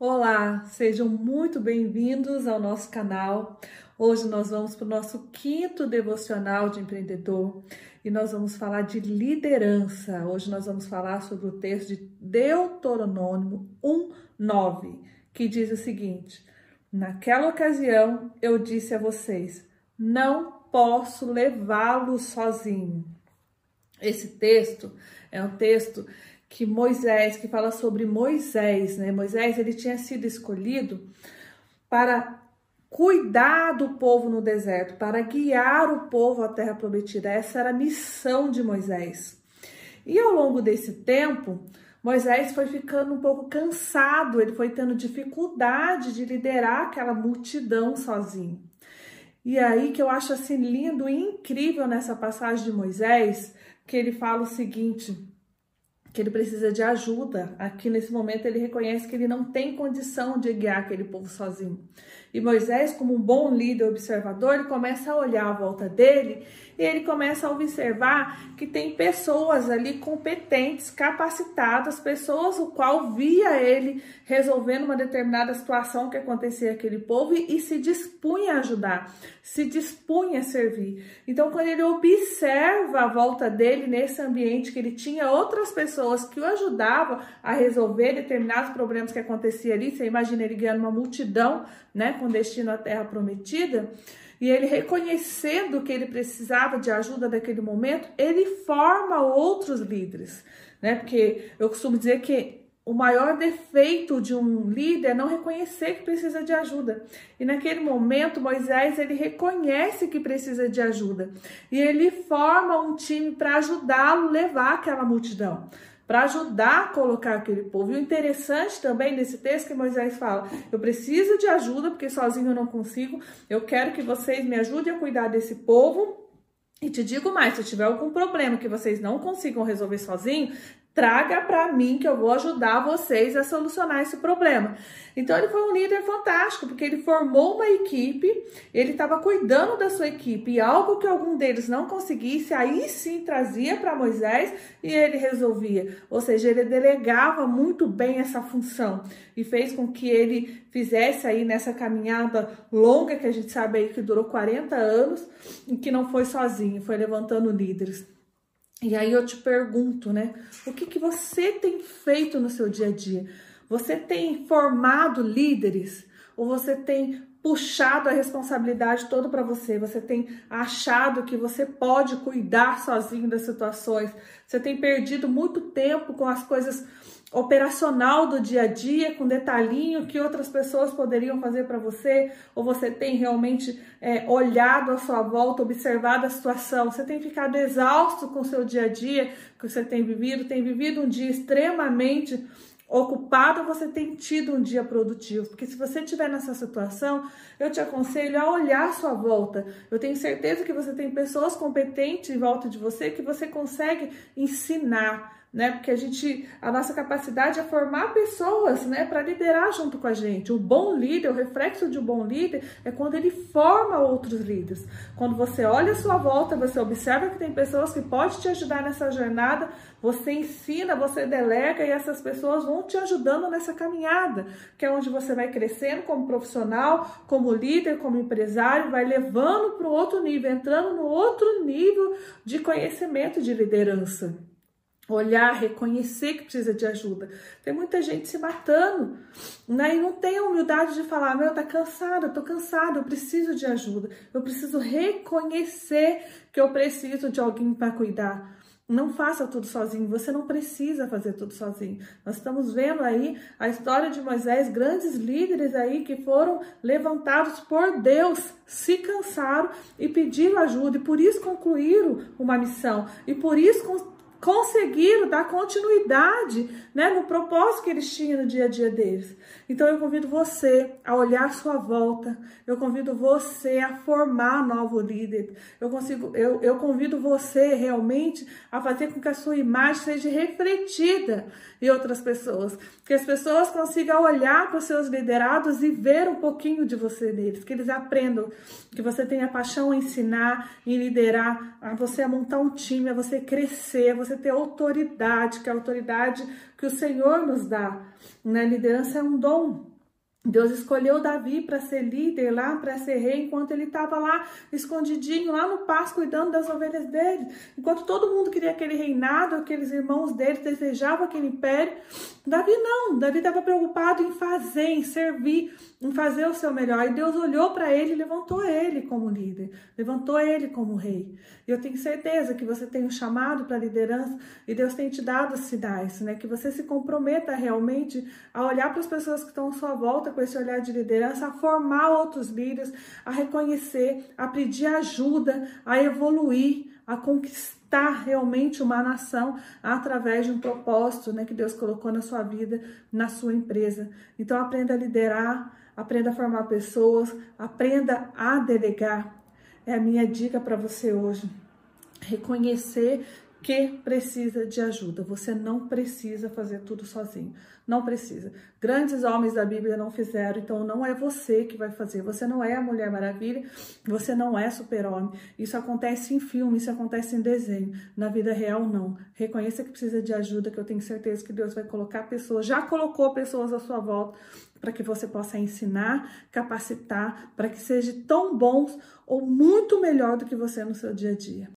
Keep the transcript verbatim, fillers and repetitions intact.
Olá, sejam muito bem-vindos ao nosso canal. Hoje nós vamos para o nosso quinto devocional de empreendedor e nós vamos falar de liderança. Hoje nós vamos falar sobre o texto de Deuteronômio um, nove, que diz o seguinte: naquela ocasião eu disse a vocês, não posso levá-lo sozinho. Esse texto é um texto que Moisés, que fala sobre Moisés, né? Moisés, ele tinha sido escolhido para cuidar do povo no deserto, para guiar o povo à terra prometida. Essa era a missão de Moisés. E ao longo desse tempo, Moisés foi ficando um pouco cansado, ele foi tendo dificuldade de liderar aquela multidão sozinho. E aí que eu acho assim lindo e incrível nessa passagem de Moisés, que ele fala o seguinte, que ele precisa de ajuda. Aqui nesse momento ele reconhece que ele não tem condição de guiar aquele povo sozinho. E Moisés, como um bom líder observador, ele começa a olhar à volta dele e ele começa a observar que tem pessoas ali competentes, capacitadas, pessoas o qual via ele resolvendo uma determinada situação que acontecia aquele povo e, e se dispunha a ajudar, se dispunha a servir. Então, quando ele observa a volta dele nesse ambiente que ele tinha outras pessoas que o ajudavam a resolver determinados problemas que aconteciam ali, você imagina ele guiando uma multidão, né, com destino à terra prometida, e ele reconhecendo que ele precisava de ajuda naquele momento, ele forma outros líderes, né? Porque eu costumo dizer que o maior defeito de um líder é não reconhecer que precisa de ajuda. E naquele momento, Moisés, ele reconhece que precisa de ajuda. E ele forma um time para ajudá-lo a levar aquela multidão, para ajudar a colocar aquele povo. E o interessante também nesse texto que Moisés fala, eu preciso de ajuda porque sozinho eu não consigo, eu quero que vocês me ajudem a cuidar desse povo. E te digo mais, se tiver algum problema que vocês não consigam resolver sozinho, traga para mim que eu vou ajudar vocês a solucionar esse problema. Então ele foi um líder fantástico, porque ele formou uma equipe, ele estava cuidando da sua equipe, e algo que algum deles não conseguisse, aí sim trazia para Moisés e ele resolvia. Ou seja, ele delegava muito bem essa função e fez com que ele fizesse aí nessa caminhada longa, que a gente sabe aí que durou quarenta anos, e que não foi sozinho, foi levantando líderes. E aí eu te pergunto, né? O que que você tem feito no seu dia a dia? Você tem formado líderes? Ou você tem puxado a responsabilidade toda para você? Você tem achado que você pode cuidar sozinho das situações? Você tem perdido muito tempo com as coisas operacional do dia a dia, com detalhinho que outras pessoas poderiam fazer para você? Ou você tem realmente é, olhado à sua volta, observado a situação? Você tem ficado exausto com o seu dia a dia que você tem vivido? Tem vivido um dia extremamente ocupado, você tem tido um dia produtivo? Porque se você estiver nessa situação, eu te aconselho a olhar à sua volta. Eu tenho certeza que você tem pessoas competentes em volta de você que você consegue ensinar, né? Porque a gente, a nossa capacidade é formar pessoas, né, para liderar junto com a gente. O bom líder, o reflexo de um bom líder é quando ele forma outros líderes. Quando você olha a sua volta, você observa que tem pessoas que podem te ajudar nessa jornada, você ensina, você delega e essas pessoas vão te ajudando nessa caminhada, que é onde você vai crescendo como profissional, como líder, como empresário, vai levando para o outro nível, entrando no outro nível de conhecimento de liderança. Olhar, reconhecer que precisa de ajuda. Tem muita gente se matando, né? E não tem a humildade de falar, meu, tá cansado, eu tô cansado, eu preciso de ajuda. Eu preciso reconhecer que eu preciso de alguém para cuidar. Não faça tudo sozinho, você não precisa fazer tudo sozinho. Nós estamos vendo aí a história de Moisés, grandes líderes aí que foram levantados por Deus, se cansaram e pediram ajuda, e por isso concluíram uma missão, e por isso conseguiram dar continuidade, né, no propósito que eles tinham no dia a dia deles. Então eu convido você a olhar a sua volta, eu convido você a formar novo líder, eu, consigo, eu, eu convido você realmente a fazer com que a sua imagem seja refletida em outras pessoas, que as pessoas consigam olhar para os seus liderados e ver um pouquinho de você neles, que eles aprendam, que você tenha paixão em ensinar, em liderar, a você a montar um time, a você crescer, a você ter autoridade, que é a autoridade que o Senhor nos dá. Né? Liderança é um dom. Deus escolheu Davi para ser líder lá, para ser rei, enquanto ele estava lá escondidinho, lá no pasto, cuidando das ovelhas dele. Enquanto todo mundo queria aquele reinado, aqueles irmãos dele desejavam aquele império, Davi não. Davi estava preocupado em fazer, em servir, em fazer o seu melhor. E Deus olhou para ele e levantou ele como líder, levantou ele como rei. E eu tenho certeza que você tem um chamado para liderança e Deus tem te dado sinais, né? Que você se comprometa realmente a olhar para as pessoas que estão à sua volta com esse olhar de liderança, a formar outros líderes, a reconhecer, a pedir ajuda, a evoluir, a conquistar realmente uma nação através de um propósito, né, que Deus colocou na sua vida, na sua empresa. Então aprenda a liderar, aprenda a formar pessoas, aprenda a delegar. É a minha dica para você hoje. Reconhecer que precisa de ajuda. Você não precisa fazer tudo sozinho. Não precisa. Grandes homens da Bíblia não fizeram, então não é você que vai fazer. Você não é a Mulher Maravilha, você não é super-homem. Isso acontece em filme, isso acontece em desenho. Na vida real, não. Reconheça que precisa de ajuda, que eu tenho certeza que Deus vai colocar pessoas, já colocou pessoas à sua volta, para que você possa ensinar, capacitar, para que sejam tão bons ou muito melhor do que você no seu dia a dia.